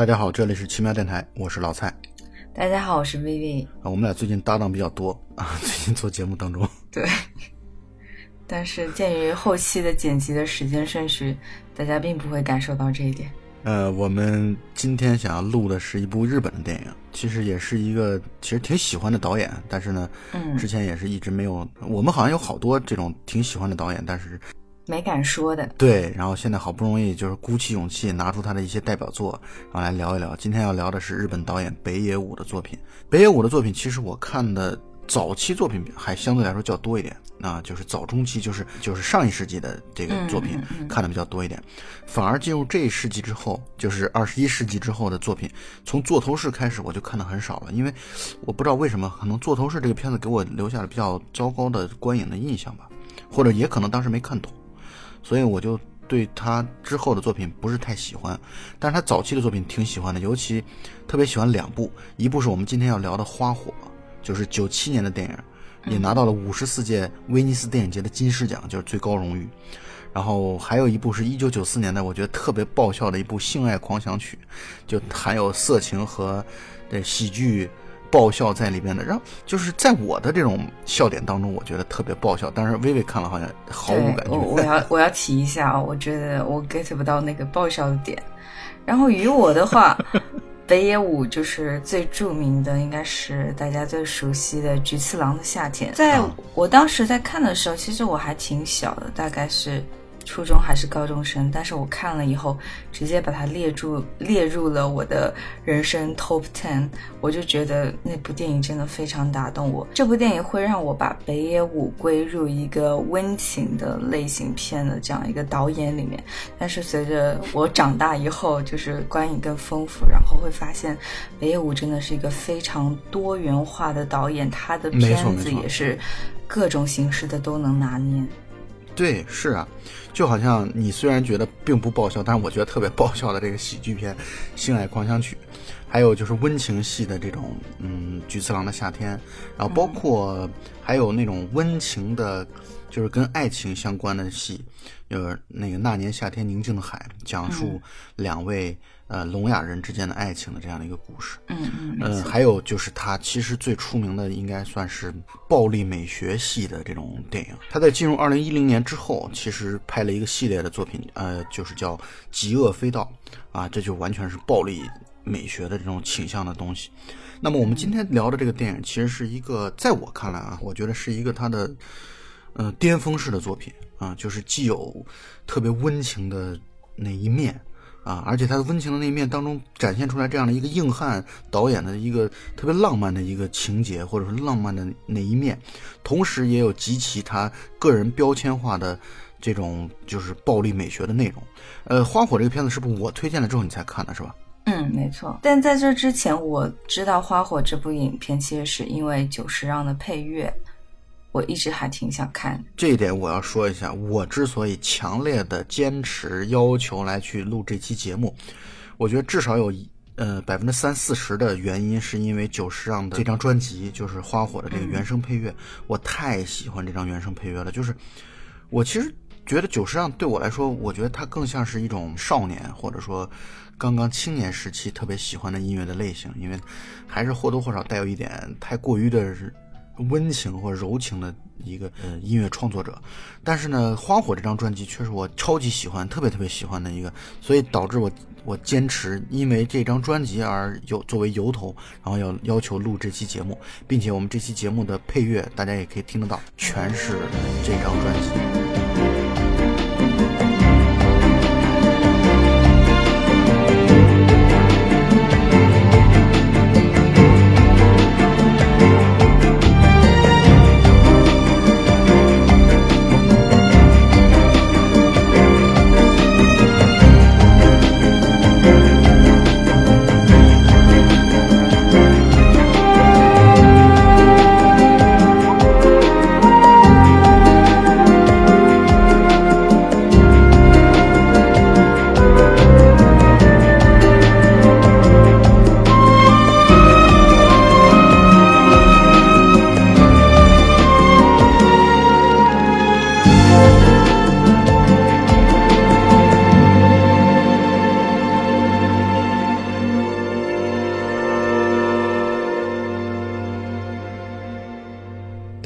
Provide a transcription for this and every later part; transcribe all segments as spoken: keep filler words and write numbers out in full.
大家好，这里是奇妙电台，我是老蔡。 大家好，我是 Vivi。 啊，我们俩最近搭档比较多啊，最近做节目当中。 对，但是鉴于后期的剪辑的时间顺序，大家并不会感受到这一点。 呃，我们今天想要录的是一部日本的电影，其实也是一个其实挺喜欢的导演，但是呢，嗯，之前也是一直没有，我们好像有好多这种挺喜欢的导演，但是没敢说的。 对，然后现在好不容易就是鼓起勇气拿出他的一些代表作，然后来聊一聊。今天要聊的是日本导演北野武的作品。北野武的作品其实我看的早期作品还相对来说较多一点啊，就是早中期，就是就是上一世纪的这个作品看的比较多一点。嗯嗯嗯，反而进入这一世纪之后，就是二十一世纪之后的作品，从座头市开始我就看的很少了，因为我不知道为什么，可能座头市这个片子给我留下了比较糟糕的观影的印象吧，或者也可能当时没看懂。所以我就对他之后的作品不是太喜欢，但是他早期的作品挺喜欢的，尤其特别喜欢两部，一部是我们今天要聊的《花火》，就是九七年的电影，也拿到了五十四届威尼斯电影节的金狮奖，就是最高荣誉。然后还有一部是一九九四年的，我觉得特别爆笑的一部《性爱狂想曲》，就含有色情和这喜剧爆笑在里边的，然后就是在我的这种笑点当中，我觉得特别爆笑，但是微微看了好像毫无感觉。 我我要我要提一下啊，我觉得我 get 不到那个爆笑的点。然后于我的话，北野武就是最著名的，应该是大家最熟悉的《菊次郎的夏天》。在我当时在看的时候，其实我还挺小的，大概是初中还是高中生，但是我看了以后直接把它列入列入了我的人生 top ten， 我就觉得那部电影真的非常打动我。这部电影会让我把北野武归入一个温情的类型片的这样一个导演里面，但是随着我长大以后，就是观影更丰富，然后会发现北野武真的是一个非常多元化的导演，他的片子也是各种形式的都能拿捏。 对，是啊，就好像你虽然觉得并不爆笑，但是我觉得特别爆笑的这个喜剧片《性爱狂想曲》，还有就是温情系的这种嗯《菊次郎的夏天》，然后包括还有那种温情的，就是跟爱情相关的戏，就是那个那年夏天宁静的海，讲述两位、嗯呃，聋哑人之间的爱情的这样的一个故事。 嗯嗯呃，还有就是他其实最出名的应该算是暴力美学系的这种电影。他在进入二零一零年之后，其实拍了一个系列的作品，呃，就是叫《极恶飞盗》啊，这就完全是暴力美学的这种倾向的东西。那么我们今天聊的这个电影，其实是一个，在我看来啊，我觉得是一个他的呃巅峰式的作品啊，就是既有特别温情的那一面。啊，而且他的温情的那一面当中展现出来这样的一个硬汉导演的一个特别浪漫的一个情节，或者说浪漫的那一面，同时也有极其他个人标签化的这种就是暴力美学的内容。呃，花火这个片子是不是我推荐了之后你才看的，是吧？ 嗯，没错。但在这之前，我知道花火这部影片其实是因为久石让的配乐。我一直还挺想看这一点，我要说一下，我之所以强烈的坚持要求来去录这期节目，我觉得至少有呃百分之三四十的原因是因为久石让的这张专辑，就是花火的这个原声配乐，嗯、我太喜欢这张原声配乐了。就是我其实觉得久石让对我来说，我觉得他更像是一种少年或者说刚刚青年时期特别喜欢的音乐的类型，因为还是或多或少带有一点太过于的温情或柔情的一个呃音乐创作者。但是呢，花火这张专辑却是我超级喜欢特别特别喜欢的一个，所以导致我我坚持因为这张专辑而有作为由头，然后要要求录这期节目，并且我们这期节目的配乐大家也可以听得到，全是这张专辑。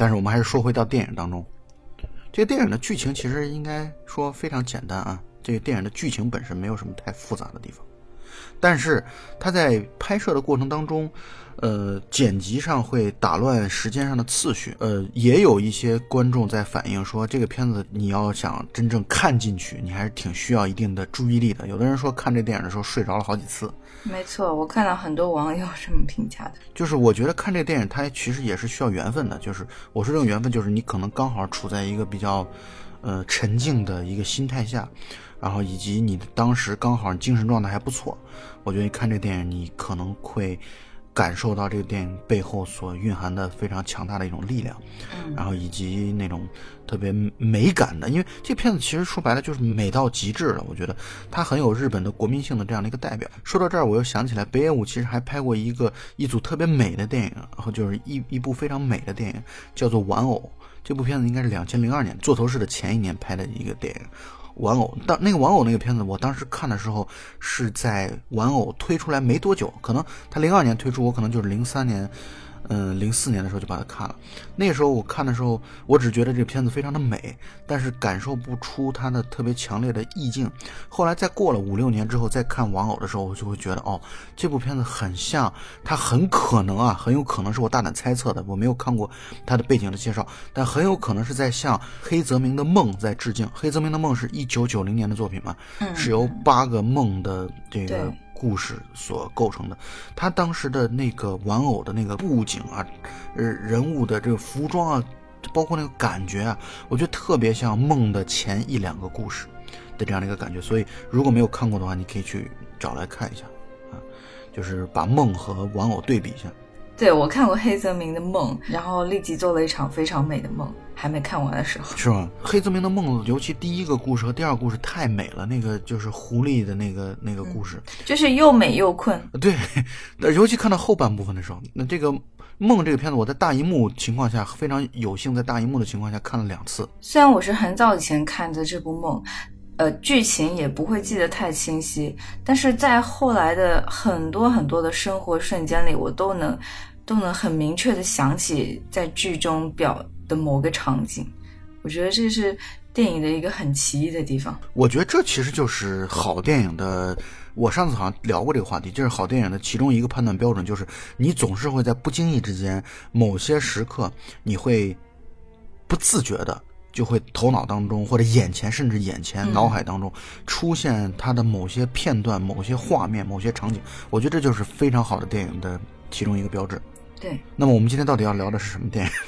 但是我们还是说回到电影当中，这个电影的剧情其实应该说非常简单啊，这个电影的剧情本身没有什么太复杂的地方，但是它在拍摄的过程当中，呃，剪辑上会打乱时间上的次序，呃，也有一些观众在反映说，这个片子你要想真正看进去，你还是挺需要一定的注意力的。有的人说看这电影的时候睡着了好几次。 没错，我看到很多网友这么评价的。 就是我觉得看这个电影，它其实也是需要缘分的。就是我说这种缘分，就是你可能刚好处在一个比较，呃，沉静的一个心态下。然后以及你当时刚好精神状态还不错，我觉得你看这个电影你可能会感受到这个电影背后所蕴含的非常强大的一种力量， 嗯， 然后以及那种特别美感的，因为这片子其实说白了就是美到极致了，我觉得它很有日本的国民性的这样的一个代表。说到这儿我又想起来，北野武其实还拍过一个一组特别美的电影，然后就是一一部非常美的电影叫做《玩偶》，这部片子应该是两千零二年座头市的前一年拍的一个电影。玩偶，当那个玩偶那个片子，我当时看的时候是在玩偶推出来没多久，可能他零二年推出，我可能就是零三年，嗯，零四年的时候就把它看了。那个时候我看的时候，我只觉得这个片子非常的美，但是感受不出它的特别强烈的意境。后来再过了五六年之后再看玩偶的时候，我就会觉得，哦，这部片子很像，它很可能啊，很有可能是我大胆猜测的，我没有看过它的背景的介绍，但很有可能是在向黑泽明的梦在致敬。黑泽明的梦是一九九零年的作品嘛， 嗯， 是由八个梦的这个故事所构成的。他当时的那个玩偶的那个布景啊，呃，人物的这个服装啊，包括那个感觉啊，我觉得特别像梦的前一两个故事的这样的一个感觉。所以如果没有看过的话，你可以去找来看一下啊，就是把梦和玩偶对比一下。 对，我看过黑泽明的梦，然后立即做了一场非常美的梦，还没看完的时候。 是吧？黑泽明的梦，尤其第一个故事和第二个故事太美了，那个就是狐狸的那个那个故事， 嗯，就是又美又困。 对，尤其看到后半部分的时候，那这个梦这个片子，我在大荧幕情况下非常有幸在大荧幕的情况下看了两次。 虽然我是很早以前看的这部梦，呃，剧情也不会记得太清晰，但是在后来的很多很多的生活瞬间里，我都能都能很明确的想起在剧中表的某个场景。我觉得这是电影的一个很奇异的地方。 我觉得这其实就是好电影的，我上次好像聊过这个话题，这是好电影的其中一个判断标准，就是你总是会在不经意之间，某些时刻你会不自觉的就会头脑当中或者眼前甚至眼前脑海当中出现它的某些片段、某些画面、某些场景，我觉得这就是非常好的电影的其中一个标志。 对， 那么我们今天到底要聊的是什么电影？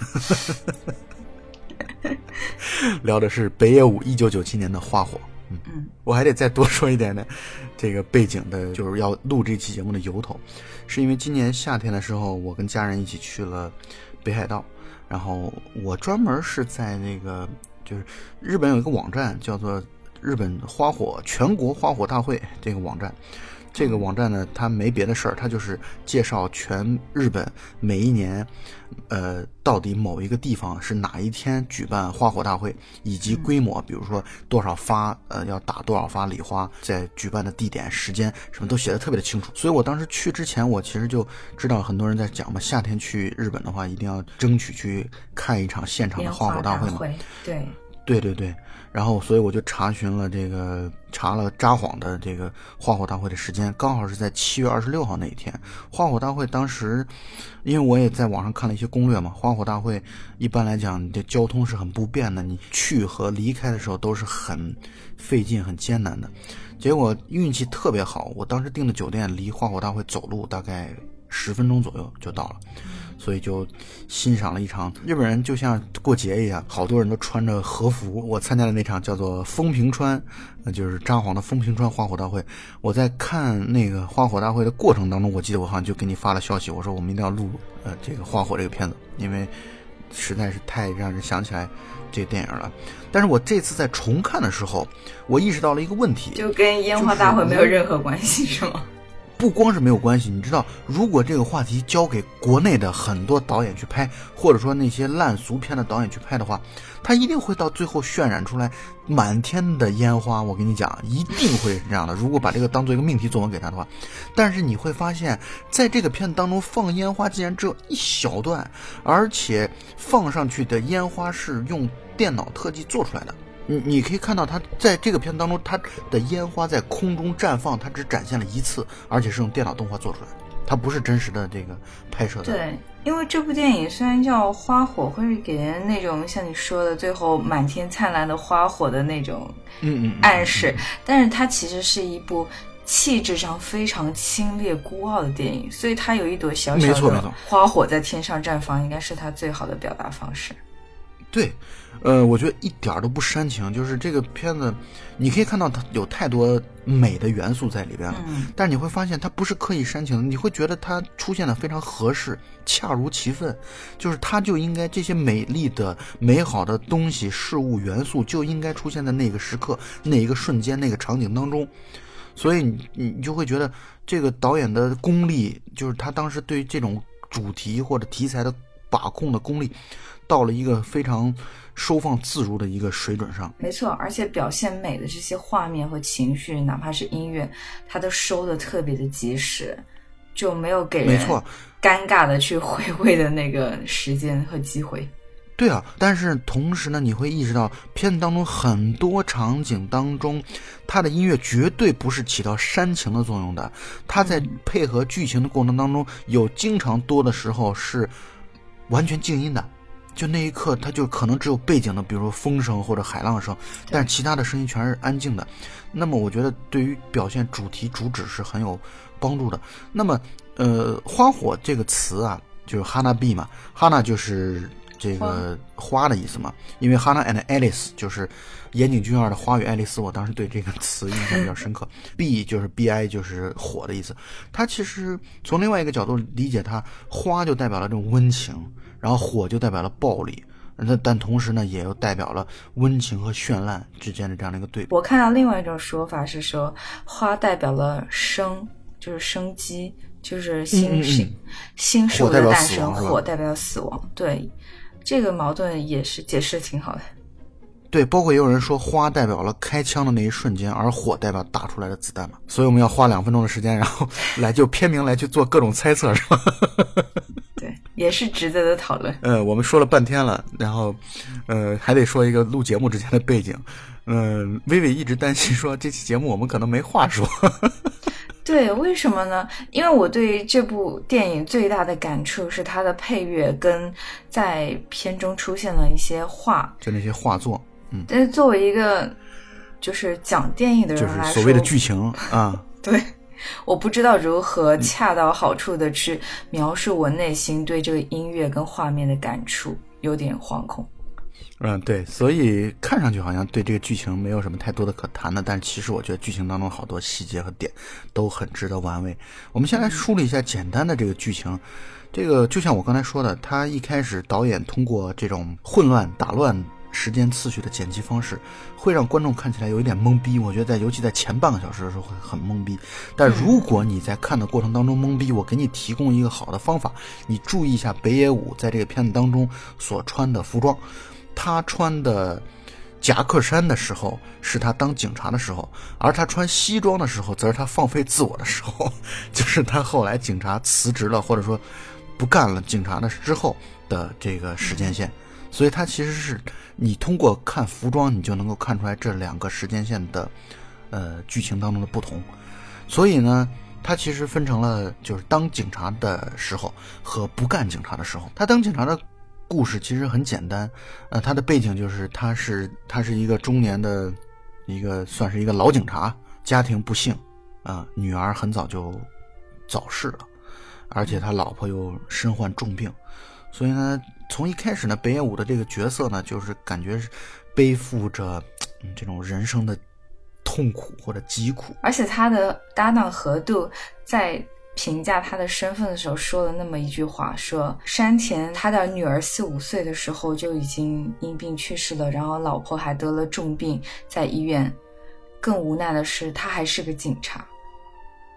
聊的是北野武一九九七年的《花火》。嗯嗯，我还得再多说一点呢，这个背景的，就是要录这期节目的由头，是因为今年夏天的时候，我跟家人一起去了北海道，然后我专门是在那个就是日本有一个网站叫做日本花火全国花火大会这个网站。这个网站呢，它没别的事儿，它就是介绍全日本每一年，呃，到底某一个地方是哪一天举办花火大会，以及规模，比如说多少发，呃，要打多少发礼花，在举办的地点、时间什么都写得特别的清楚。所以我当时去之前，我其实就知道很多人在讲嘛，夏天去日本的话，一定要争取去看一场现场的花火大会嘛。 对。 对对对，然后所以我就查询了这个查了札幌的这个花火大会的时间，刚好是在七月二十六号那一天。花火大会当时，因为我也在网上看了一些攻略嘛，花火大会一般来讲，你的交通是很不便的，你去和离开的时候都是很费劲、很艰难的。结果运气特别好，我当时订的酒店离花火大会走路大概十分钟左右就到了。所以就欣赏了一场日本人就像过节一样，好多人都穿着和服。我参加的那场叫做风平川，那就是札幌的风平川花火大会。我在看那个花火大会的过程当中，我记得我好像就给你发了消息，我说我们一定要录呃这个花火这个片子，因为实在是太让人想起来这个电影了。但是我这次在重看的时候，我意识到了一个问题， 就跟烟花大会没有任何关系，是吗？ 不光是没有关系，你知道，如果这个话题交给国内的很多导演去拍，或者说那些烂俗片的导演去拍的话，他一定会到最后渲染出来满天的烟花。我跟你讲，一定会是这样的。如果把这个当做一个命题作文给他的话，但是你会发现，在这个片子当中放烟花竟然只有一小段，而且放上去的烟花是用电脑特技做出来的。你你可以看到，它在这个片子当中，它的烟花在空中绽放，它只展现了一次，而且是用电脑动画做出来的，它不是真实的这个拍摄的。 对，因为这部电影虽然叫花火，会给人那种像你说的最后满天灿烂的花火的那种暗示，嗯嗯嗯嗯嗯，但是它其实是一部气质上非常清冽孤傲的电影，所以它有一朵小小的花火在天上绽放，应该是它最好的表达方式。 对，呃，我觉得一点都不煽情，就是这个片子，你可以看到它有太多美的元素在里边了，嗯，但是你会发现它不是刻意煽情的，你会觉得它出现的非常合适，恰如其分，就是它就应该这些美丽的、美好的东西、事物、元素就应该出现在那个时刻、那一个瞬间、那个场景当中，所以你你就会觉得这个导演的功力，就是他当时对这种主题或者题材的把控的功力到了一个非常收放自如的一个水准上。 没错，而且表现美的这些画面和情绪，哪怕是音乐，它都收的特别的及时，就没有给人尴尬的去回味的那个时间和机会。 对啊，但是同时呢，你会意识到片子当中很多场景当中，它的音乐绝对不是起到煽情的作用的，它在配合剧情的过程当中，有经常多的时候是完全静音的，就那一刻它就可能只有背景的，比如说风声或者海浪声，但是其他的声音全是安静的。那么我觉得对于表现主题主旨是很有帮助的。那么呃，花火这个词啊，就是哈娜比嘛，哈娜就是这个花的意思嘛，因为 Hannah and Alice 就是岩井俊二的《花与爱丽丝》，我当时对这个词印象比较深刻。B 就是 B I 就是火的意思，它其实从另外一个角度理解它，花就代表了这种温情，然后火就代表了暴力，但但同时呢，也又代表了温情和绚烂之间的这样的一个对比。 我看到另外一种说法是说，花代表了生，就是生机，就是新生、嗯嗯、新事物的诞生，火代表死亡。对，这个矛盾也是解释挺好的。 对，包括也有人说花代表了开枪的那一瞬间，而火代表打出来的子弹嘛。所以我们要花两分钟的时间，然后来就片名来去做各种猜测，是吧？ 对，也是值得的讨论。 呃，我们说了半天了，然后呃还得说一个录节目之前的背景。嗯、呃，薇薇一直担心说这期节目我们可能没话说。 对，为什么呢？因为我对这部电影最大的感触是它的配乐跟在片中出现了一些画， 就那些画作。嗯， 但是作为一个就是讲电影的人来说， 就是所谓的剧情啊， 对，我不知道如何恰到好处的去描述我内心对这个音乐跟画面的感触，有点惶恐。 嗯，对，所以看上去好像对这个剧情没有什么太多的可谈的，但其实我觉得剧情当中好多细节和点都很值得玩味。我们先来梳理一下简单的这个剧情。这个就像我刚才说的，他一开始导演通过这种混乱打乱时间次序的剪辑方式，会让观众看起来有一点懵逼。我觉得在尤其在前半个小时的时候会很懵逼，但如果你在看的过程当中懵逼，我给你提供一个好的方法，你注意一下北野武在这个片子当中所穿的服装。他穿的夹克衫的时候是他当警察的时候，而他穿西装的时候则是他放飞自我的时候，就是他后来警察辞职了或者说不干了警察的之后的这个时间线。所以他其实是你通过看服装你就能够看出来这两个时间线的呃剧情当中的不同。所以呢他其实分成了就是当警察的时候和不干警察的时候。他当警察的故事其实很简单，呃，他的背景就是他是他是一个中年的一个算是一个老警察，家庭不幸啊、呃，女儿很早就早逝了，而且他老婆又身患重病，所以呢，从一开始呢，北野武的这个角色呢，就是感觉是背负着、嗯、这种人生的痛苦或者疾苦， 而且他的搭档河渡在评价他的身份的时候说了那么一句话，说山田他的女儿四五岁的时候就已经因病去世了，然后老婆还得了重病在医院，更无奈的是他还是个警察，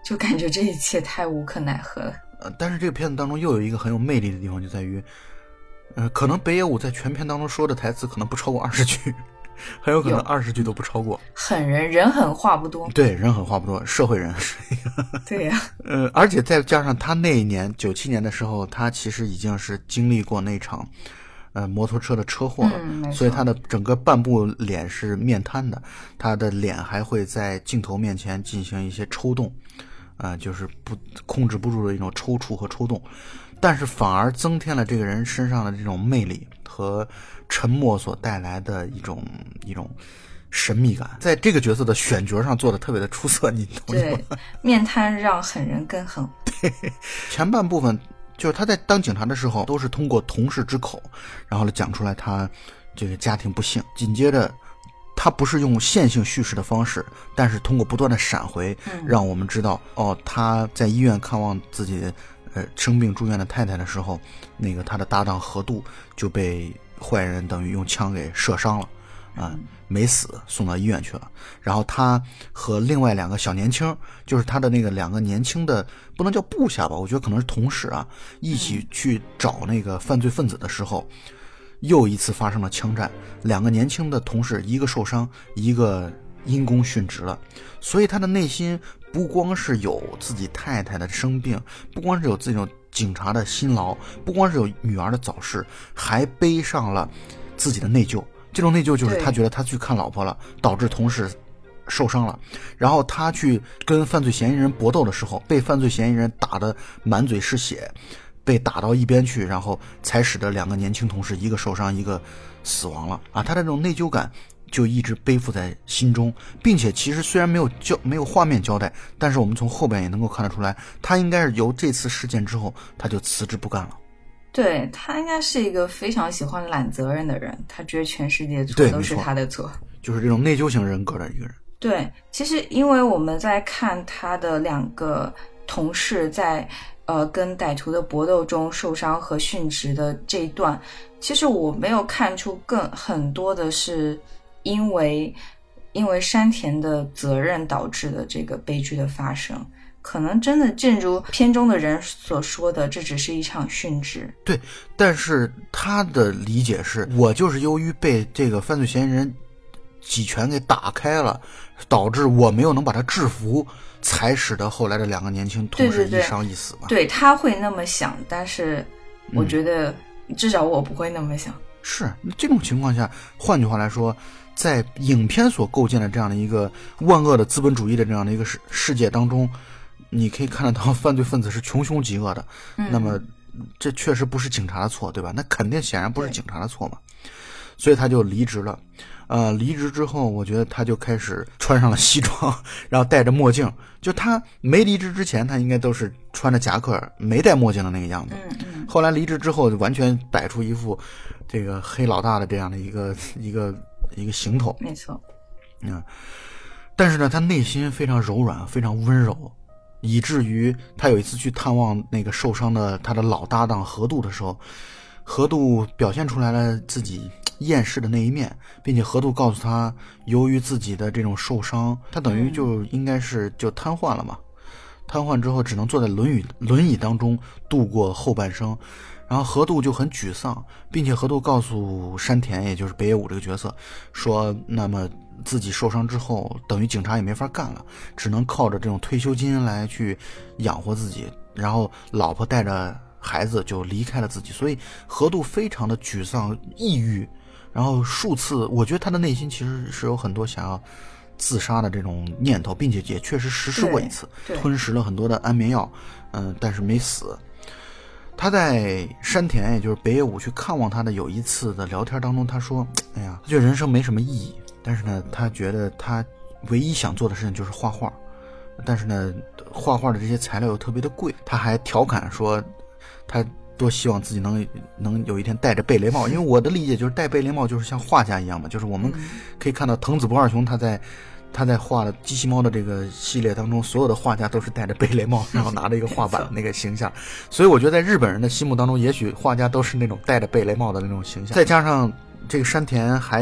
就感觉这一切太无可奈何了。 呃，但是这个片子当中又有一个很有魅力的地方，就在于，呃，可能北野武在全片当中说的台词可能不超过二十句，很有可能二十句都不超过。 狠人，人狠话不多。 对，人狠话不多，社会人是一个。 对呀、啊。 呃，而且再加上他那一年九七年的时候，他其实已经是经历过那场。呃，摩托车的车祸了、 嗯， 所以他的整个半部脸是面瘫的，他的脸还会在镜头面前进行一些抽动，啊、呃，就是不控制不住的一种抽搐和抽动，但是反而增添了这个人身上的这种魅力和沉默所带来的一种一种神秘感，在这个角色的选角上做的特别的出色，你同意吗？ 对，面瘫让狠人更狠。 对，前半部分。就是他在当警察的时候，都是通过同事之口，然后呢讲出来他这个家庭不幸。紧接着，他不是用线性叙事的方式，但是通过不断的闪回，让我们知道、嗯、哦，他在医院看望自己呃生病住院的太太的时候，那个他的搭档何度就被坏人等于用枪给射伤了。啊、嗯，没死，送到医院去了。然后他和另外两个小年轻，就是他的那个两个年轻的，不能叫部下吧，我觉得可能是同事啊，一起去找那个犯罪分子的时候，又一次发生了枪战。两个年轻的同事，一个受伤，一个因公殉职了。所以他的内心不光是有自己太太的生病，不光是有自己种警察的辛劳，不光是有女儿的早逝，还背上了自己的内疚。这种内疚就是他觉得他去看老婆了，导致同事受伤了，然后他去跟犯罪嫌疑人搏斗的时候，被犯罪嫌疑人打得满嘴是血，被打到一边去，然后才使得两个年轻同事一个受伤一个死亡了啊！他的这种内疚感就一直背负在心中，并且其实虽然没有交没有画面交代，但是我们从后边也能够看得出来，他应该是由这次事件之后他就辞职不干了。 对，他应该是一个非常喜欢揽责任的人，他觉得全世界错都是他的错， 就是这种内疚型人格的一个人。 对，其实因为我们在看他的两个同事在呃跟歹徒的搏斗中受伤和殉职的这一段，其实我没有看出更很多的是因为因为山田的责任导致的这个悲剧的发生。可能真的正如片中的人所说的，这只是一场殉职。 对，但是他的理解是，我就是由于被这个犯罪嫌疑人几拳给打开了，导致我没有能把他制服，才使得后来的两个年轻同事一伤一死吧。 对，对，对，他会那么想，但是我觉得至少我不会那么想。 嗯、是这种情况下，换句话来说，在影片所构建的这样的一个万恶的资本主义的这样的一个世世界当中，你可以看得到犯罪分子是穷凶极恶的、嗯、那么这确实不是警察的错，对吧？那肯定显然不是警察的错嘛。所以他就离职了。呃，离职之后我觉得他就开始穿上了西装，然后戴着墨镜。就他没离职之前他应该都是穿着夹克没戴墨镜的那个样子。 嗯嗯。 后来离职之后就完全摆出一副这个黑老大的这样的一个一个一个行头。 没错。 嗯。但是呢他内心非常柔软，非常温柔，以至于他有一次去探望那个受伤的他的老搭档何度的时候，何度表现出来了自己厌世的那一面，并且何度告诉他，由于自己的这种受伤，他等于就应该是就瘫痪了嘛，瘫痪之后只能坐在轮椅轮椅当中度过后半生。然后何度就很沮丧，并且何度告诉山田，也就是北野武这个角色，说那么自己受伤之后等于警察也没法干了，只能靠着这种退休金来去养活自己，然后老婆带着孩子就离开了自己。所以何度非常的沮丧抑郁，然后数次我觉得他的内心其实是有很多想要自杀的这种念头，并且也确实实施过一次，吞食了很多的安眠药，嗯，但是没死。他在山田也就是北野武去看望他的有一次的聊天当中，他说哎呀，他觉得人生没什么意义，但是呢他觉得他唯一想做的事情就是画画，但是呢画画的这些材料又特别的贵。他还调侃说他多希望自己能能有一天戴着贝雷帽，因为我的理解就是戴贝雷帽就是像画家一样嘛，就是我们可以看到藤子不二雄他在他在画的机器猫的这个系列当中，所有的画家都是戴着贝雷帽，然后拿着一个画板那个形象。所以我觉得在日本人的心目当中，也许画家都是那种戴着贝雷帽的那种形象。再加上这个山田还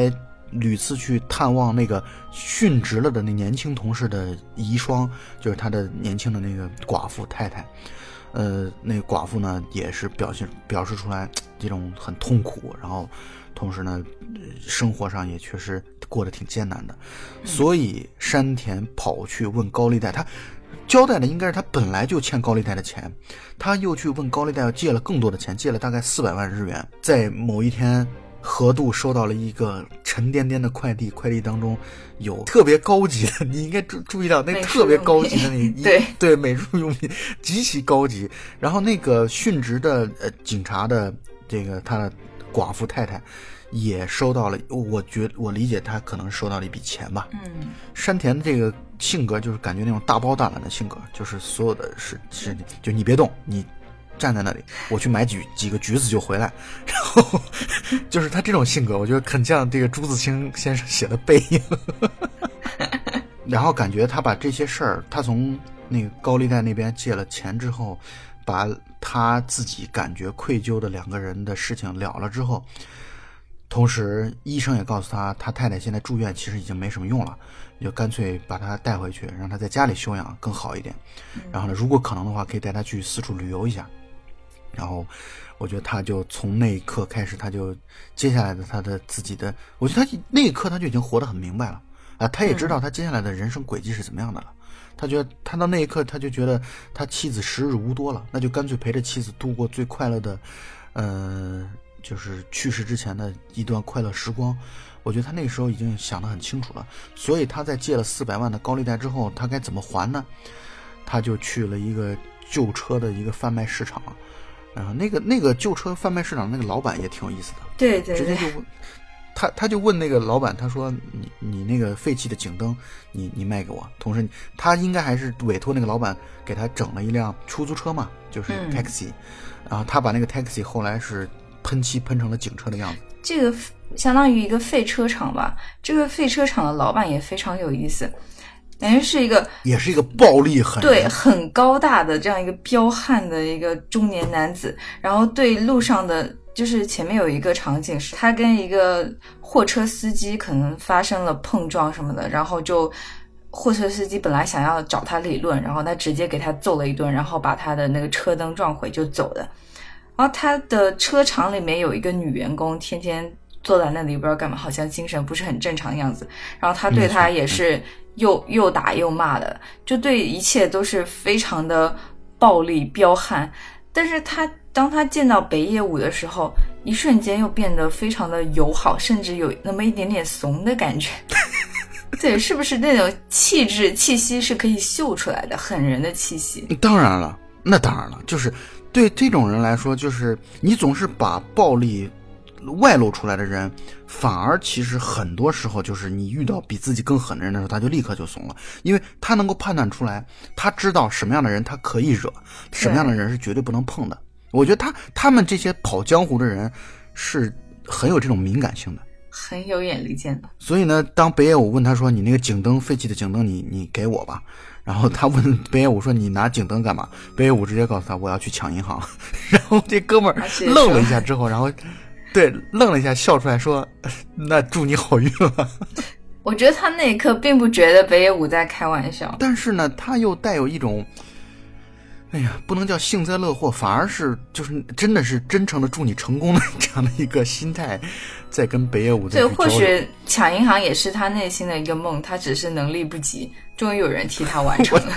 屡次去探望那个殉职了的那年轻同事的遗孀，就是他的年轻的那个寡妇太太。呃，那个寡妇呢也是表现表示出来这种很痛苦，然后同时呢生活上也确实过得挺艰难的。所以山田跑去问高利贷，他交代的应该是他本来就欠高利贷的钱，他又去问高利贷要借了更多的钱，借了大概四百万日元。在某一天，河渡收到了一个沉甸甸的快递，快递当中有特别高级的，你应该注注意到那特别高级的那一对对美术用品极其高级。然后那个殉职的呃警察的这个他的寡妇太太也收到了，我觉我理解他可能收到了一笔钱吧。 嗯， 山田的这个性格就是感觉那种大包大揽的性格，就是所有的事是就你别动，你站在那里，我去买几几个橘子就回来。然后就是他这种性格，我觉得很像这个朱自清先生写的《背影》。然后感觉他把这些事儿，他从那个高利贷那边借了钱之后，把他自己感觉愧疚的两个人的事情了了之后，同时医生也告诉他，他太太现在住院其实已经没什么用了，就干脆把他带回去，让他在家里休养更好一点。然后呢，如果可能的话，可以带他去四处旅游一下。然后我觉得他就从那一刻开始，他就接下来的他的自己的，我觉得他那一刻他就已经活得很明白了啊，他也知道他接下来的人生轨迹是怎么样的了。他觉得他到那一刻他就觉得他妻子时日无多了，那就干脆陪着妻子度过最快乐的呃就是去世之前的一段快乐时光。我觉得他那个时候已经想得很清楚了，所以他在借了四百万的高利贷之后，他该怎么还呢？他就去了一个旧车的一个贩卖市场。然后那个那个旧车贩卖市场那个老板也挺有意思的， 对对对， 直接就问他，他就问那个老板，他说你你那个废弃的警灯，你你卖给我。同时他应该还是委托那个老板给他整了一辆出租车嘛，就是 taxi，、嗯、然后他把那个 taxi 后来是喷漆喷成了警车的样子。 这个相当于一个废车场吧，这个废车场的老板也非常有意思。感觉是一个， 也是一个暴力很对很高大的这样一个彪悍的一个中年男子，然后对路上的，就是前面有一个场景是他跟一个货车司机可能发生了碰撞什么的，然后就货车司机本来想要找他理论，然后他直接给他揍了一顿，然后把他的那个车灯撞毁就走的。然后他的车厂里面有一个女员工，天天坐在那里不知道干嘛，好像精神不是很正常的样子，然后他对他也是又又打又骂的，就对一切都是非常的暴力彪悍。但是他当他见到北野武的时候，一瞬间又变得非常的友好，甚至有那么一点点怂的感觉。对，是不是那种气质气息是可以嗅出来的，狠人的气息？ 当然了，那当然了，就是对这种人来说，就是你总是把暴力外露出来的人，反而其实很多时候就是你遇到比自己更狠的人的时候，他就立刻就怂了，因为他能够判断出来，他知道什么样的人他可以惹，什么样的人是绝对不能碰的。我觉得他他们这些跑江湖的人是很有这种敏感性的， 很有眼力见的。 所以呢，当北野武问他说你那个警灯废弃的警灯你你给我吧，然后他问北野武说你拿警灯干嘛，北野武直接告诉他我要去抢银行。然后这哥们儿愣了一下之后，然后对愣了一下笑出来说那祝你好运了。 我觉得他那一刻并不觉得北野武在开玩笑， 但是呢他又带有一种哎呀不能叫幸灾乐祸，反而是就是真的是真诚的祝你成功的这样的一个心态在跟北野武在对，或许抢银行也是他内心的一个梦，他只是能力不及，终于有人替他完成了。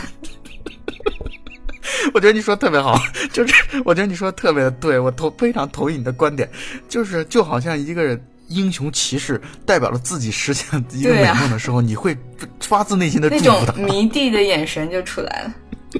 我觉得你说特别好，就是我觉得你说特别对，我同非常同意你的观点，就是就好像一个人英雄骑士代表了自己实现一个美梦的时候，啊、你会发自内心的祝福他， 那种迷弟的眼神就出来了。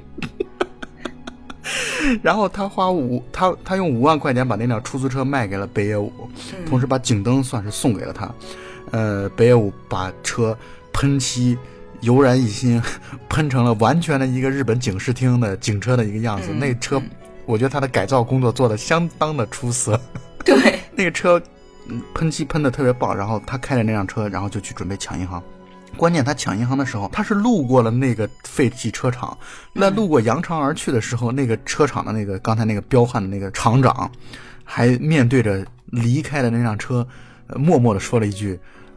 然后他花五，他他用五万块钱把那辆出租车卖给了北野武， 嗯、 同时把警灯算是送给了他。呃，北野武把车喷漆油然一新，喷成了完全的一个日本警视厅的警车的一个样子。 嗯、 那车，我觉得他的改造工作做得相当的出色。 对， 那个车喷漆喷得特别棒，然后他开着那辆车，然后就去准备抢银行。关键他抢银行的时候，他是路过了那个废弃车厂，那路过扬长而去的时候，那个车厂的那个刚才那个彪悍的那个厂长，还面对着离开的那辆车，呃、默默地说了一句：“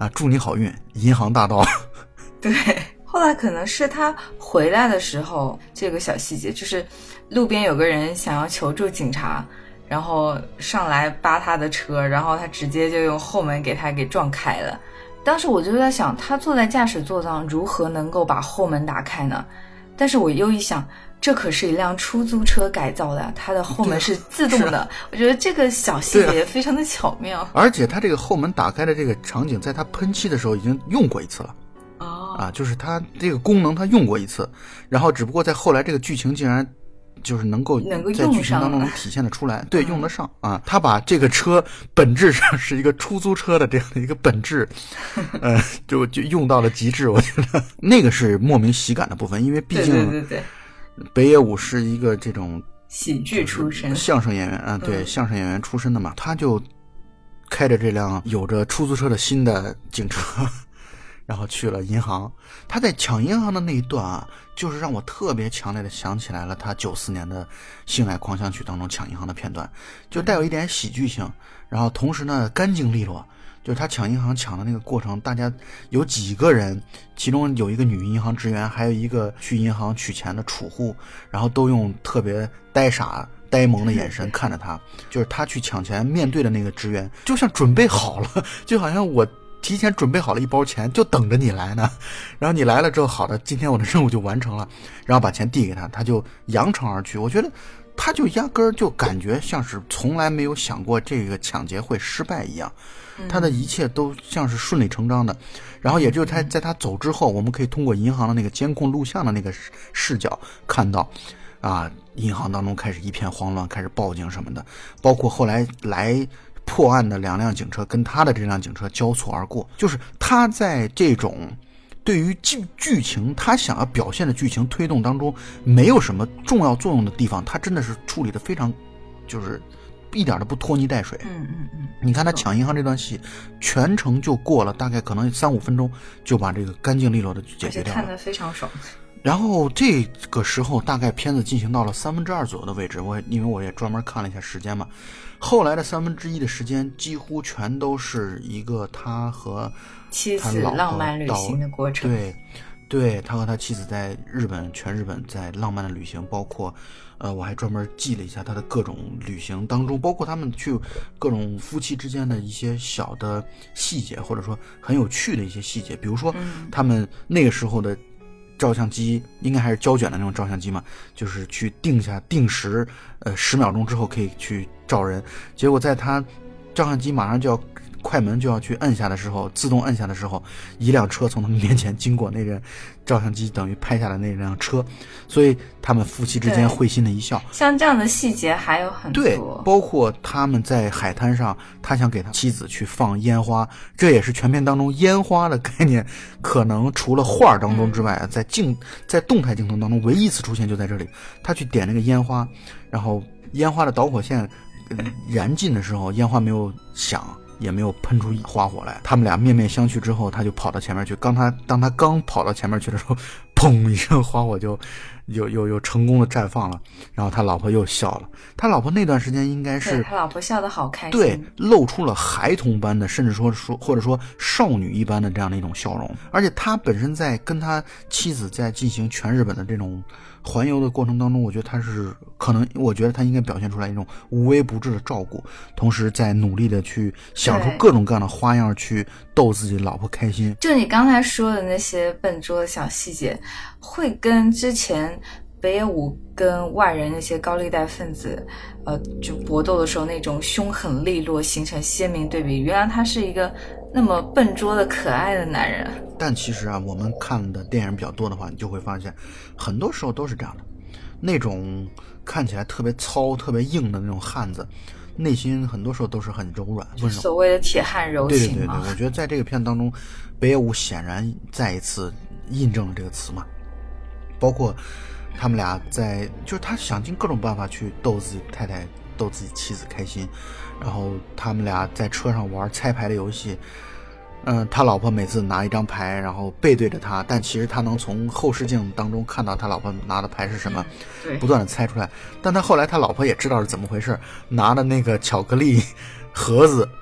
啊，祝你好运，银行大道。 对，后来可能是他回来的时候，这个小细节就是路边有个人想要求助警察，然后上来扒他的车，然后他直接就用后门给他给撞开了。当时我就在想，他坐在驾驶座上如何能够把后门打开呢？但是我又一想，这可是一辆出租车改造的，它的后门是自动的。我觉得这个小细节也非常的巧妙。 而且他这个后门打开的这个场景，在他喷漆的时候已经用过一次了。 哦， 啊，就是他这个功能他用过一次，然后只不过在后来这个剧情竟然就是能够能够在剧情当中能体现得出来，对，用得上啊。他把这个车本质上是一个出租车的这样的一个本质，呃，就就用到了极致。我觉得那个是莫名喜感的部分，因为毕竟对对对对， 北野武是一个这种喜剧出身， 相声演员啊，对， 嗯、 相声演员出身的嘛，他就开着这辆有着出租车的新的警车。然后去了银行，他在抢银行的那一段啊，就是让我特别强烈的想起来了他九四年的《性爱狂想曲》当中抢银行的片段，就带有一点喜剧性，然后同时呢干净利落。就是他抢银行抢的那个过程，大家有几个人，其中有一个女银行职员，还有一个去银行取钱的储户，然后都用特别呆傻呆萌的眼神看着他。就是他去抢钱面对的那个职员就像准备好了，就好像我提前准备好了一包钱，就等着你来呢。然后你来了之后，好的，今天我的任务就完成了，然后把钱递给他，他就扬长而去。我觉得他就压根儿就感觉像是从来没有想过这个抢劫会失败一样，他的一切都像是顺理成章的。然后也就是他在他走之后，我们可以通过银行的那个监控录像的那个视角看到啊，银行当中开始一片慌乱，开始报警什么的，包括后来来破案的两辆警车跟他的这辆警车交错而过。就是他在这种对于剧剧情他想要表现的剧情推动当中没有什么重要作用的地方，他真的是处理的非常就是一点都不拖泥带水。 嗯嗯嗯， 你看他抢银行这段戏全程就过了大概可能三五分钟就把这个干净利落的解决掉了， 看得非常爽。 然后这个时候大概片子进行到了三分之二左右的位置，我因为我也专门看了一下时间嘛，后来的三分之一的时间几乎全都是一个他和妻子浪漫旅行的过程。 对，对，他和他妻子在日本全日本在浪漫的旅行，包括呃我还专门记了一下他的各种旅行当中，包括他们去各种夫妻之间的一些小的细节，或者说很有趣的一些细节，比如说他们那个时候的照相机应该还是胶卷的那种照相机嘛，就是去定下定时，呃，十秒钟之后可以去照人。结果在他照相机马上就要快门就要去摁下的时候，自动摁下的时候，一辆车从他们面前经过，那辆照相机等于拍下了那辆车，所以他们夫妻之间会心的一笑。 像这样的细节还有很多， 对，包括他们在海滩上，他想给他妻子去放烟花，这也是全片当中烟花的概念，可能除了画当中之外，嗯、在镜在动态镜头当中唯一一次出现就在这里。他去点那个烟花，然后烟花的导火线燃尽的时候，烟花没有响。也没有喷出花火来，他们俩面面相觑之后，他就跑到前面去。刚他当他刚跑到前面去的时候，砰一声，花火就又又又成功的绽放了。然后他老婆又笑了，他老婆那段时间应该是他老婆笑得好开心， 对，露出了孩童般的，甚至说说或者说少女一般的这样的一种笑容。而且他本身在跟他妻子在进行全日本的这种环游的过程当中，我觉得他是可能，我觉得他应该表现出来一种无微不至的照顾，同时在努力的去想出各种各样的花样去逗自己老婆开心。 就你刚才说的那些笨拙的小细节，会跟之前北野武跟外人那些高利贷分子呃，就搏斗的时候那种凶狠利落形成鲜明对比。原来他是一个那么笨拙的可爱的男人。 但其实啊，我们看的电影比较多的话，你就会发现很多时候都是这样的，那种看起来特别糙特别硬的那种汉子，内心很多时候都是很柔软温柔， 所谓的铁汉柔情嘛。 对对对对，我觉得在这个片当中，北野武显然再一次印证了这个词嘛。包括他们俩在，就是他想尽各种办法去逗自己太太逗自己妻子开心，然后他们俩在车上玩猜牌的游戏。嗯，他老婆每次拿一张牌，然后背对着他，但其实他能从后视镜当中看到他老婆拿的牌是什么， 嗯、 不断的猜出来。但他后来他老婆也知道是怎么回事，拿的那个巧克力盒子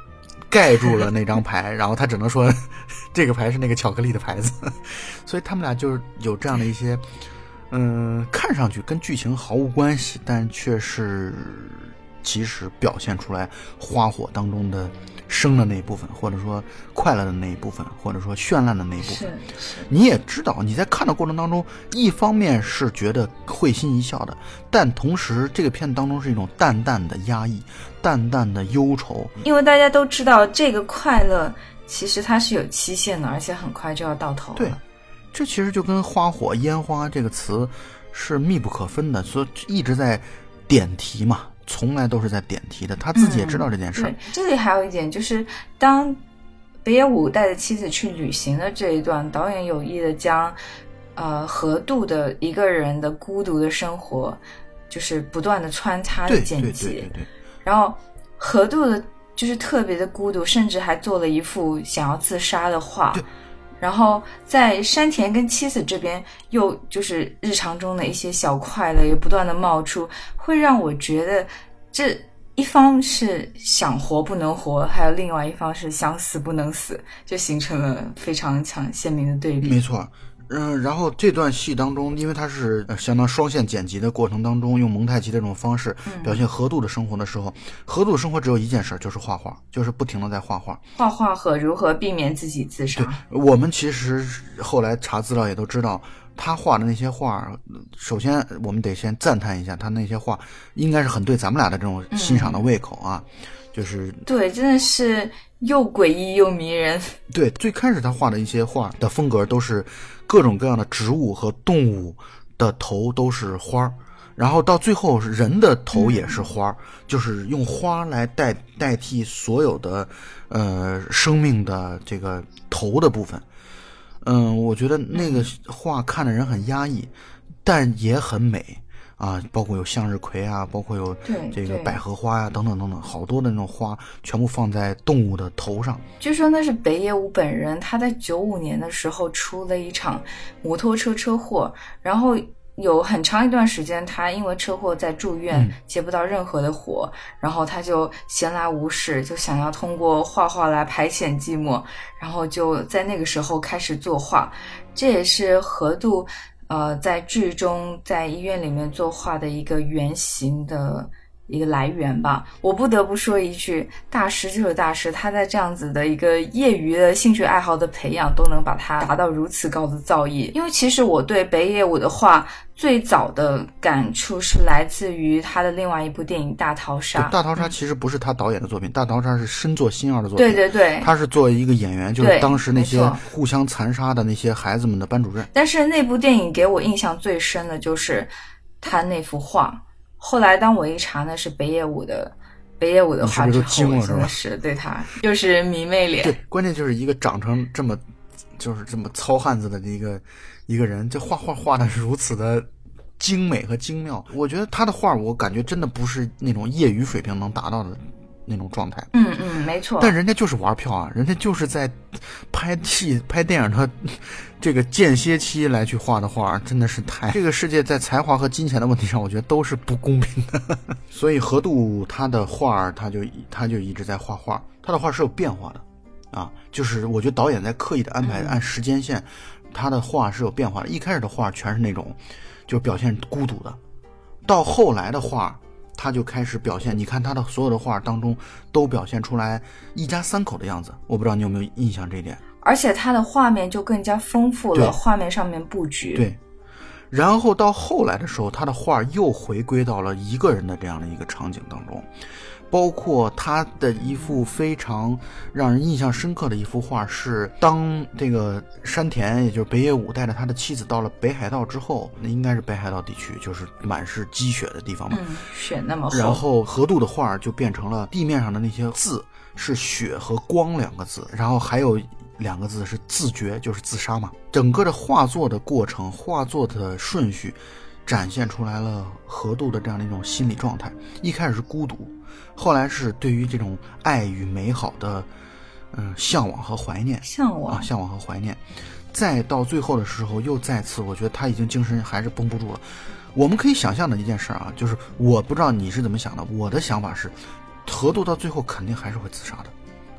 盖住了那张牌，然后他只能说这个牌是那个巧克力的牌子，所以他们俩就是有这样的一些，嗯，看上去跟剧情毫无关系，但却是其实表现出来花火当中的生的那一部分，或者说快乐的那一部分，或者说绚烂的那一部分。你也知道你在看的过程当中，一方面是觉得会心一笑的，但同时这个片子当中是一种淡淡的压抑，淡淡的忧愁。 因为大家都知道这个快乐其实它是有期限的，而且很快就要到头了。 对，这其实就跟花火烟花这个词是密不可分的，所以一直在点题嘛，从来都是在点题的，他自己也知道这件事。 嗯、对，这里还有一点就是，当北野武带着妻子去旅行的这一段，导演有意的将呃河渡的一个人的孤独的生活，就是不断的穿插的剪辑， 对对对对对， 然后河渡的就是特别的孤独，甚至还做了一幅想要自杀的画。然后在山田跟妻子这边，又就是日常中的一些小快乐也不断的冒出，会让我觉得这一方是想活不能活，还有另外一方是想死不能死，就形成了非常强鲜明的对比。 没错。嗯，然后这段戏当中，因为它是相当双线剪辑的过程当中，用蒙太奇的这种方式表现河渡的生活的时候，河渡的生活只有一件事，就是画画，就是不停的在画画， 画画和如何避免自己自杀。 对，我们其实后来查资料也都知道，他画的那些画，首先我们得先赞叹一下，他那些画应该是很对咱们俩的这种欣赏的胃口啊。嗯，就是对，真的是又诡异又迷人。 对，最开始他画的一些画的风格都是各种各样的植物和动物的头都是花，然后到最后人的头也是花，嗯，就是用花来代代替所有的呃生命的这个头的部分。嗯，我觉得那个画看的人很压抑，但也很美。啊，包括有向日葵啊，包括有这个百合花呀，啊，等等等等，好多的那种花全部放在动物的头上。 据说那是北野武本人，他在九五年的时候出了一场摩托车车祸，然后有很长一段时间他因为车祸在住院，嗯，接不到任何的活，然后他就闲来无事，就想要通过画画来排遣寂寞，然后就在那个时候开始作画。这也是河渡呃，在剧中在医院里面作画的一个原型的一个来源吧。我不得不说一句，大师就是大师，他在这样子的一个业余的兴趣爱好的培养都能把它达到如此高的造诣。因为其实我对北野武的画最早的感触是来自于他的另外一部电影《大逃杀》。 大逃杀其实不是他导演的作品，嗯，大逃杀是深作新二的作品。 对对对， 他是作为一个演员，就是当时那些互相残杀的那些孩子们的班主任。 但是那部电影给我印象最深的就是他那幅画。后来当我一查呢是北野武的北野武的画之后， 是不是真的是对他就是迷妹脸。 对，关键就是一个长成这么就是这么糙汉子的一个一个人，这画画画的如此的精美和精妙。我觉得他的画我感觉真的不是那种业余水平能达到的那种状态。 嗯嗯，没错。 但人家就是玩票啊，人家就是在拍戏拍电影的这个间歇期来去画的画，真的是太这个世界在才华和金钱的问题上，我觉得都是不公平的。所以河渡他的画，他就他就一直在画画，他的画是有变化的啊，就是我觉得导演在刻意的安排，按时间线，他的画是有变化的。一开始的画全是那种就表现孤独的，到后来的画他就开始表现，你看他的所有的画当中都表现出来一家三口的样子，我不知道你有没有印象这一点。 而且他的画面就更加丰富了，画面上面布局。 对，然后到后来的时候，他的画又回归到了一个人的这样的一个场景当中，包括他的一幅非常让人印象深刻的一幅画是当这个山田也就是北野武带着他的妻子到了北海道之后，那应该是北海道地区，就是满是积雪的地方嘛， 嗯，雪那么厚。 然后河渡的画就变成了地面上的那些字是雪和光两个字，然后还有两个字是自觉，就是自杀嘛。整个的画作的过程，画作的顺序展现出来了河渡的这样的一种心理状态。一开始是孤独，后来是对于这种爱与美好的嗯向往和怀念， 向往啊向往和怀念，再到最后的时候又再次，我觉得他已经精神还是绷不住了。我们可以想象的一件事啊，就是我不知道你是怎么想的，我的想法是河渡到最后肯定还是会自杀的，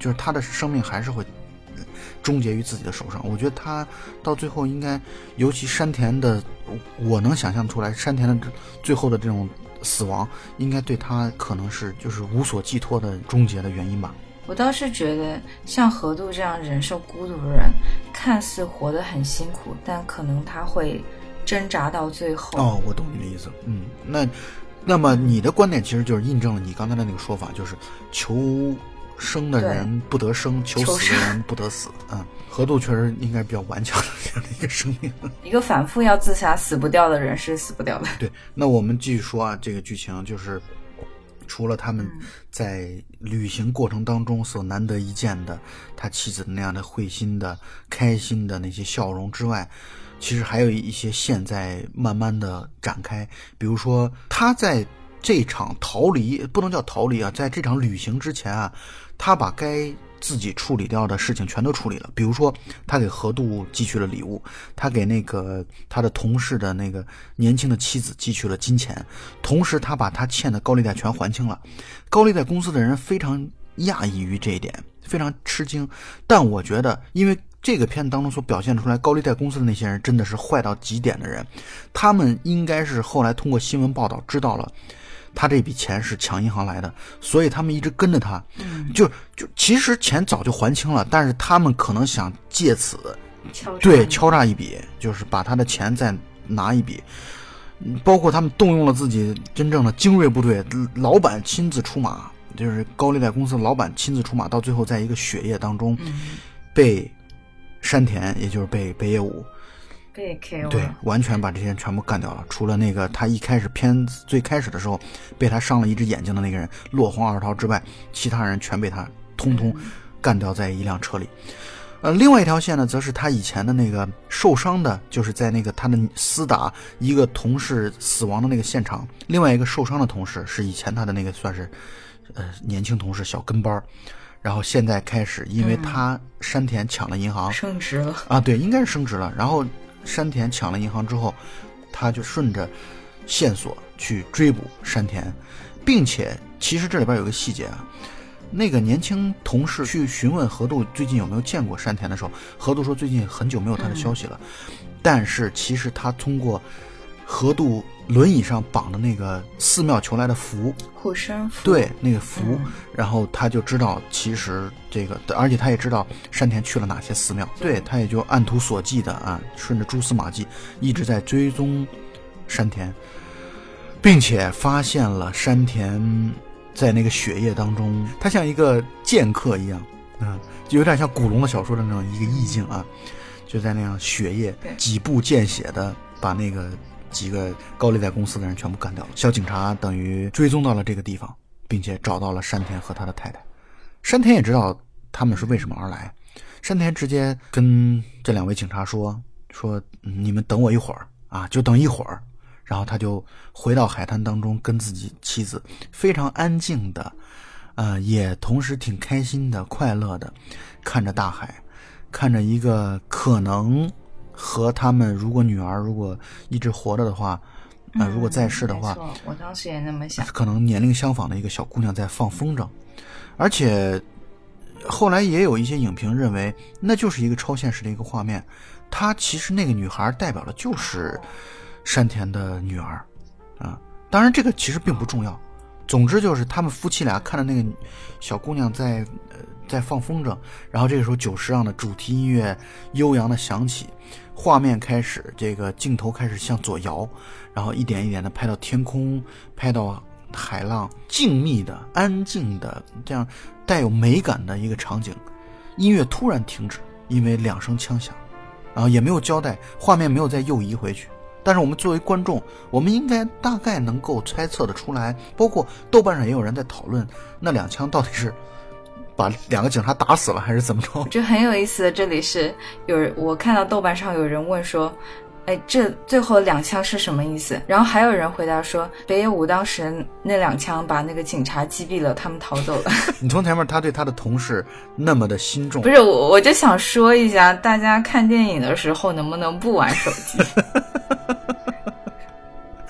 就是他的生命还是会终结于自己的手上。我觉得他到最后应该，尤其山田的，我能想象出来，山田的最后的这种死亡，应该对他可能是就是无所寄托的终结的原因吧。 我倒是觉得像河渡这样忍受孤独的人，看似活得很辛苦，但可能他会挣扎到最后。 哦，我懂你的意思。嗯，那那么你的观点其实就是印证了你刚才的那个说法，就是求生的人不得生，求死的人不得死。嗯，河渡确实应该比较顽强的这样的一个生命。 一个反复要自杀死不掉的人是死不掉的。 对，那我们继续说啊，这个剧情就是除了他们在旅行过程当中所难得一见的他妻子那样的会心的开心的那些笑容之外，其实还有一些线在慢慢的展开。比如说他在这场逃离，不能叫逃离啊，在这场旅行之前啊，他把该自己处理掉的事情全都处理了。比如说他给河渡寄去了礼物，他给那个他的同事的那个年轻的妻子寄去了金钱，同时他把他欠的高利贷全还清了。高利贷公司的人非常讶异于这一点，非常吃惊。但我觉得因为这个片子当中所表现出来高利贷公司的那些人真的是坏到极点的人，他们应该是后来通过新闻报道知道了他这笔钱是抢银行来的，所以他们一直跟着他。嗯，就就其实钱早就还清了，但是他们可能想借此敲对敲诈一笔，就是把他的钱再拿一笔。包括他们动用了自己真正的精锐部队，老板亲自出马，就是高利贷公司老板亲自出马，到最后在一个雪夜当中被山田，也就是被北野武被 K O 了， 对，完全把这些人全部干掉了。除了那个他一开始片子最开始的时候被他伤了一只眼睛的那个人落荒而逃之外，其他人全被他通通干掉在一辆车里。呃，另外一条线呢，则是他以前的那个受伤的，就是在那个他的厮打一个同事死亡的那个现场，另外一个受伤的同事是以前他的那个算是呃年轻同事小跟班，然后现在开始因为他山田抢了银行、 嗯、升职了啊，对，应该是升职了。然后山田抢了银行之后，他就顺着线索去追捕山田，并且其实这里边有个细节啊，那个年轻同事去询问河渡最近有没有见过山田的时候，河渡说最近很久没有他的消息了、嗯、但是其实他通过河渡轮椅上绑的那个寺庙求来的符， 护身符， 对，那个符、嗯、然后他就知道其实这个，而且他也知道山田去了哪些寺庙，对，他也就按图索骥的啊，顺着蛛丝马迹一直在追踪山田，并且发现了山田在那个雪夜当中，他像一个剑客一样啊，就有点像古龙的小说的那种一个意境啊，就在那样雪夜几步见血的把那个几个高利贷公司的人全部干掉了。小警察等于追踪到了这个地方，并且找到了山田和他的太太。山田也知道他们是为什么而来，山田直接跟这两位警察说说、嗯、你们等我一会儿啊，就等一会儿。然后他就回到海滩当中，跟自己妻子非常安静的呃，也同时挺开心的快乐的看着大海，看着一个可能和他们如果女儿如果一直活着的话呃，如果在世的话、 嗯、没错，我当时也那么想， 可能年龄相仿的一个小姑娘在放风筝。而且后来也有一些影评认为那就是一个超现实的一个画面，她其实那个女孩代表的就是山田的女儿啊，当然这个其实并不重要。总之就是他们夫妻俩看着那个小姑娘在呃在放风筝，然后这个时候久石让的主题音乐悠扬的响起，画面开始这个镜头开始向左摇，然后一点一点的拍到天空，拍到海浪，静谧的安静的这样带有美感的一个场景，音乐突然停止，因为两声枪响，然后也没有交代，画面没有再右移回去。但是我们作为观众，我们应该大概能够猜测得出来，包括豆瓣上也有人在讨论那两枪到底是把两个警察打死了还是怎么着。 就很有意思的，这里是有人，我看到豆瓣上有人问说哎，这最后两枪是什么意思？然后还有人回答说北野武当时那两枪把那个警察击毙了，他们逃走了。 你从前面他对他的同事那么的心重， 不是，我我就想说一下，大家看电影的时候能不能不玩手机。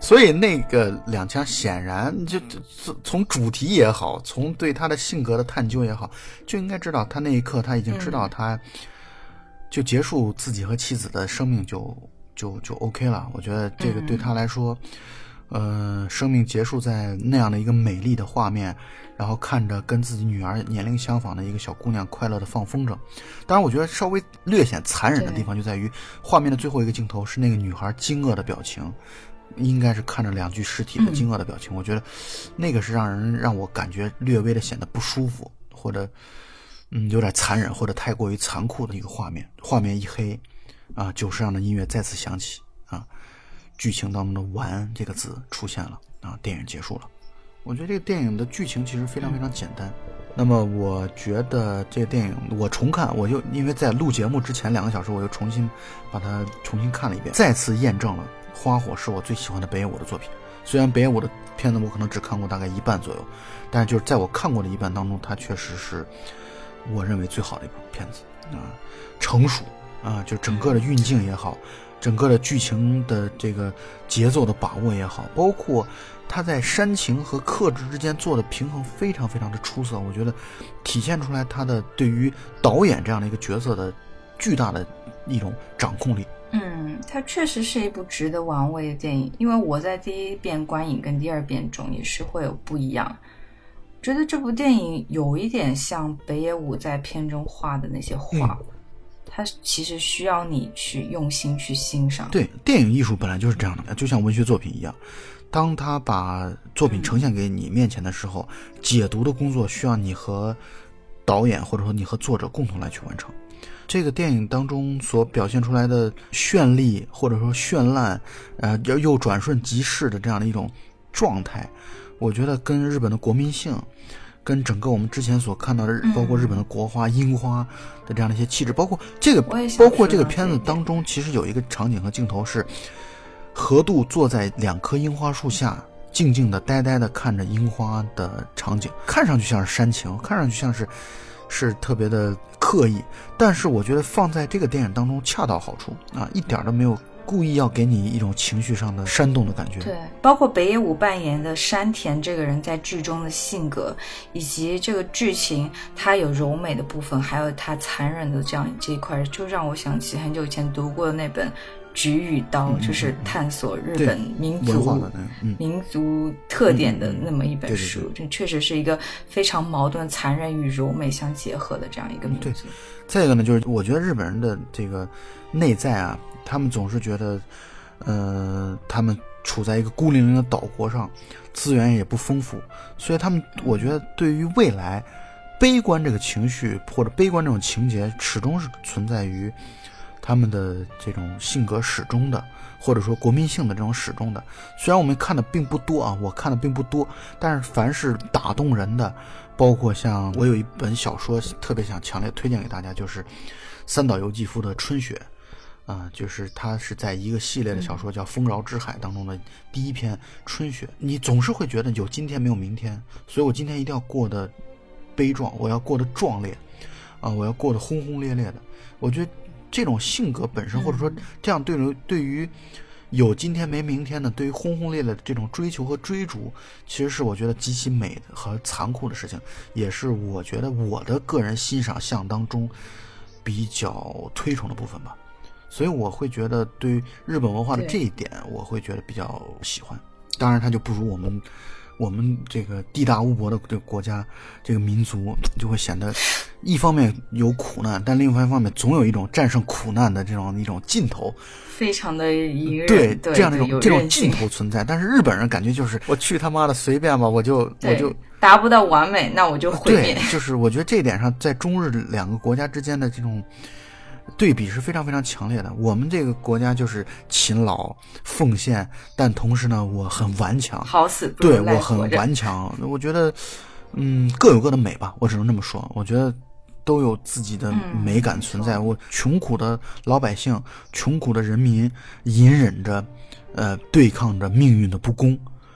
所以那个两枪显然就从主题也好，从对他的性格的探究也好，就应该知道他那一刻他已经知道他就结束自己和妻子的生命就就就 OK 了。我觉得这个对他来说，嗯、呃，生命结束在那样的一个美丽的画面，然后看着跟自己女儿年龄相仿的一个小姑娘快乐的放风筝。当然我觉得稍微略显残忍的地方就在于画面的最后一个镜头是那个女孩惊愕的表情，应该是看着两具尸体的惊愕的表情、嗯、我觉得那个是让人让我感觉略微的显得不舒服，或者嗯有点残忍，或者太过于残酷的一个画面。画面一黑啊，久石让的音乐再次响起啊，剧情当中的完这个字出现了啊，电影结束了。我觉得这个电影的剧情其实非常非常简单。那么我觉得这个电影我重看，我就因为在录节目之前两个小时我又重新把它重新看了一遍，再次验证了花火是我最喜欢的北野武的作品。虽然北野武的片子我可能只看过大概一半左右，但是就是在我看过的一半当中，它确实是我认为最好的一部片子啊，成熟啊，就整个的运镜也好，整个的剧情的这个节奏的把握也好，包括他在煽情和克制之间做的平衡非常非常的出色。我觉得体现出来他的对于导演这样的一个角色的巨大的一种掌控力。 嗯，它确实是一部值得玩味的电影，因为我在第一遍观影跟第二遍中也是会有不一样。觉得这部电影有一点像北野武在片中画的那些画、嗯，它其实需要你去用心去欣赏。 对，电影艺术本来就是这样的，就像文学作品一样，当他把作品呈现给你面前的时候、嗯、解读的工作需要你和导演或者说你和作者共同来去完成。这个电影当中所表现出来的绚丽或者说绚烂，呃，又转瞬即逝的这样的一种状态，我觉得跟日本的国民性，跟整个我们之前所看到的包括日本的国花、嗯、樱花的这样的一些气质，包括这个包括这个片子当中其实有一个场景和镜头是河渡坐在两棵樱花树下静静的呆呆的看着樱花的场景，看上去像是煽情，看上去像是是特别的刻意，但是我觉得放在这个电影当中恰到好处啊，一点都没有故意要给你一种情绪上的煽动的感觉。 对，包括北野武扮演的山田这个人在剧中的性格，以及这个剧情他有柔美的部分，还有他残忍的这样这一块，就让我想起很久以前读过的那本《菊与刀》，嗯、就是探索日本民族、嗯、民族特点的那么一本书。这、嗯、确实是一个非常矛盾、残忍与柔美相结合的这样一个民族。对， 再一个呢，就是我觉得日本人的这个内在啊，他们总是觉得，呃，他们处在一个孤零零的岛国上，资源也不丰富，所以他们，我觉得对于未来，悲观这个情绪或者悲观这种情节，始终是存在于他们的这种性格始终的，或者说国民性的这种始终的。虽然我们看的并不多啊，我看的并不多，但是凡是打动人的，包括像我有一本小说特别想强烈推荐给大家，就是三岛由纪夫的《春雪》啊、呃，就是它是在一个系列的小说叫《丰饶之海》当中的第一篇《春雪》。你总是会觉得有今天没有明天，所以我今天一定要过得悲壮，我要过得壮烈啊、呃，我要过得轰轰烈烈的。我觉得这种性格本身，或者说这样对于对于有今天没明天的，对于轰轰烈烈的这种追求和追逐，其实是我觉得极其美和残酷的事情，也是我觉得我的个人欣赏项当中比较推崇的部分吧。所以我会觉得对于日本文化的这一点，我会觉得比较喜欢。当然它就不如我们我们这个地大物博的这个国家，这个民族就会显得一方面有苦难，但另外一方面总有一种战胜苦难的这种一种劲头， 非常的隐忍， 对， 对这样的一种这种劲头存在。但是日本人感觉就是我去他妈的随便吧，我就我就达不到完美，那我就毁灭。 对，就是我觉得这一点上，在中日两个国家之间的这种对比是非常非常强烈的。我们这个国家就是勤劳奉献，但同时呢我很顽强， 好死不对我很顽强。我觉得嗯各有各的美吧，我只能这么说。我觉得都有自己的美感存在、嗯、我穷苦的老百姓，穷苦的人民隐忍着呃对抗着命运的不公啊，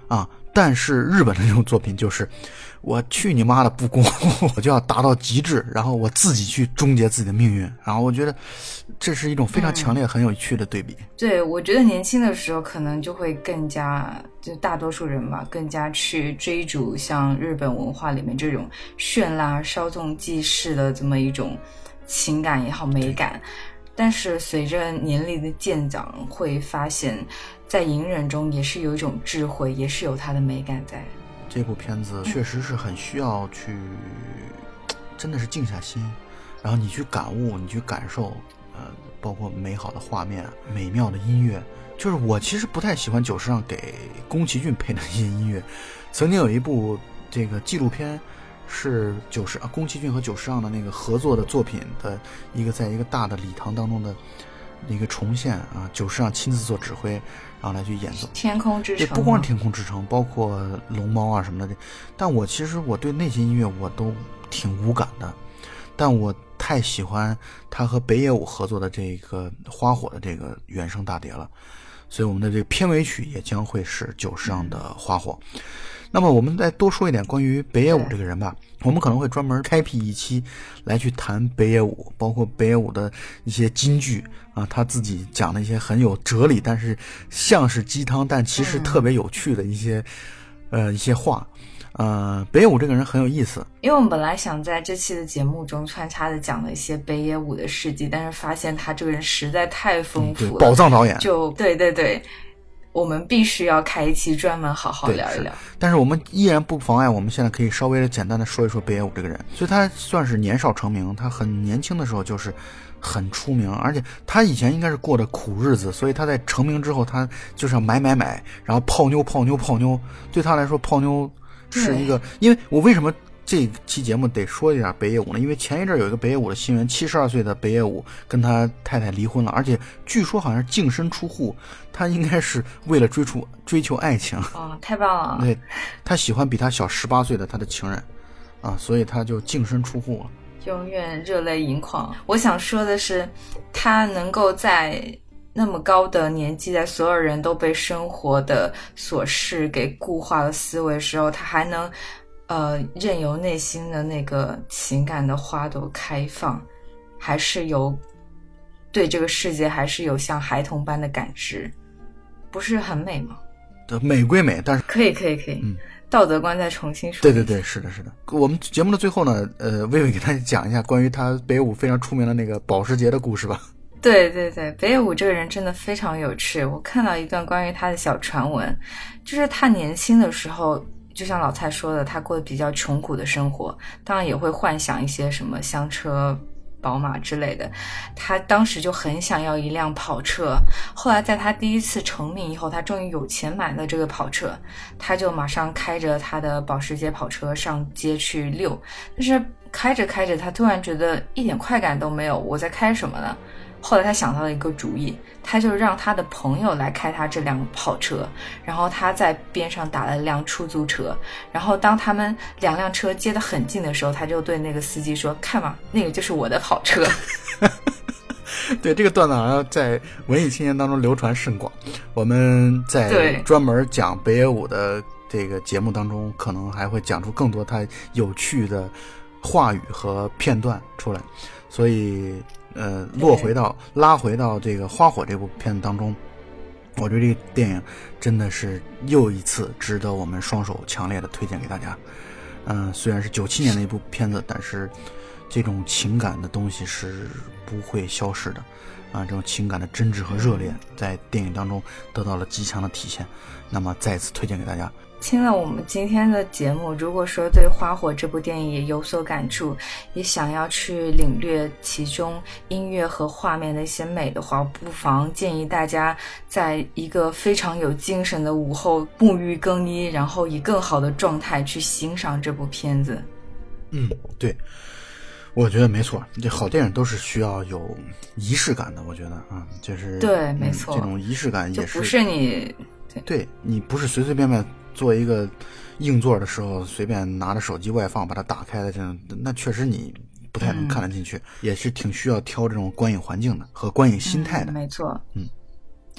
但是日本的这种作品就是我去你妈的不公，我就要达到极致，然后我自己去终结自己的命运。然后我觉得这是一种非常强烈、嗯、很有趣的对比。 对，我觉得年轻的时候可能就会更加，就大多数人吧，更加去追逐像日本文化里面这种绚烂稍纵即逝的这么一种情感也好美感。但是随着年龄的渐长，会发现在隐忍中也是有一种智慧，也是有它的美感在。 这部片子确实是很需要去真的是静下心，然后你去感悟，你去感受，呃，包括美好的画面、美妙的音乐。就是我其实不太喜欢久石让给宫崎骏配的一些音乐。曾经有一部这个纪录片是久石宫崎骏和久石让的那个合作的作品的一个在一个大的礼堂当中的一个重现啊，久石让亲自做指挥，然后来去演奏天空之城。 对，不光是天空之城，包括龙猫啊什么的。但我其实我对那些音乐我都挺无感的，但我太喜欢他和北野武合作的这个花火的这个原声大碟了，所以我们的这个片尾曲也将会是久石让的花火。那么我们再多说一点关于北野武这个人吧，我们可能会专门开辟一期来去谈北野武，包括北野武的一些金句啊，他自己讲的一些很有哲理，但是像是鸡汤，但其实特别有趣的一些、嗯、呃一些话。呃，北野武这个人很有意思， 因为我们本来想在这期的节目中穿插的讲了一些北野武的事迹，但是发现他这个人实在太丰富了， 嗯、宝藏导演， 就对对对。我们必须要开一期专门好好聊一聊， 但是我们依然不妨碍我们现在可以稍微的简单的说一说北野武这个人。所以他算是年少成名，他很年轻的时候就是很出名，而且他以前应该是过的苦日子，所以他在成名之后他就是要买买买，然后泡妞泡妞泡妞。对他来说泡妞是一个，因为我为什么这期节目得说一下北野武呢？因为前一阵有一个北野武的新闻，七十二岁的北野武跟他太太离婚了，而且据说好像是净身出户，他应该是为了追求追求爱情。 哦，太棒了！ 对，他喜欢比他小十八岁的他的情人，啊，所以他就净身出户了， 永远热泪盈眶。我想说的是，他能够在那么高的年纪，在所有人都被生活的琐事给固化了思维的时候，他还能呃，任由内心的那个情感的花朵开放，还是有对这个世界还是有像孩童般的感知，不是很美吗？ 美归美，但是可以可以可以， 嗯， 道德观再重新说。 对对对，是的是的。我们节目的最后呢，呃，薇薇给大家讲一下关于他北野武非常出名的那个保时捷的故事吧。 对对对，北野武这个人真的非常有趣。我看到一段关于他的小传闻，就是他年轻的时候，就像老蔡说的，他过得比较穷苦的生活，当然也会幻想一些什么香车宝马之类的。他当时就很想要一辆跑车，后来在他第一次成名以后，他终于有钱买了这个跑车，他就马上开着他的保时捷跑车上街去溜。但是开着开着，他突然觉得一点快感都没有，我在开什么呢？后来他想到了一个主意，他就让他的朋友来开他这辆跑车，然后他在边上打了一辆出租车，然后当他们两辆车接得很近的时候，他就对那个司机说，看嘛，那个就是我的跑车。 对，这个段子好像在文艺青年当中流传甚广，我们在专门讲北野武的这个节目当中，可能还会讲出更多他有趣的话语和片段出来。所以呃，落回到拉回到这个花火这部片子当中，我觉得这个电影真的是又一次值得我们双手强烈的推荐给大家。嗯、呃，虽然是九七年的一部片子，但是这种情感的东西是不会消失的啊，这种情感的真挚和热烈在电影当中得到了极强的体现。那么再次推荐给大家。 听了我们今天的节目，如果说对《花火》这部电影也有所感触，也想要去领略其中音乐和画面的一些美的话，不妨建议大家在一个非常有精神的午后沐浴更衣，然后以更好的状态去欣赏这部片子。 嗯，对，我觉得没错，这好电影都是需要有仪式感的，我觉得啊，就是对，没错、 嗯，这种仪式感也是就不是你 对, 对你不是随随便便做一个硬座的时候随便拿着手机外放把它打开的，这样那确实你不太能看得进去、嗯、也是挺需要挑这种观影环境的和观影心态的、 嗯、没错。 嗯，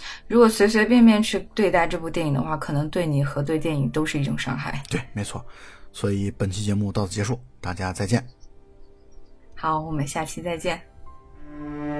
如果随随便便去对待这部电影的话，可能对你和对电影都是一种伤害。 对，没错。所以本期节目到此结束，大家再见。 好，我们下期再见。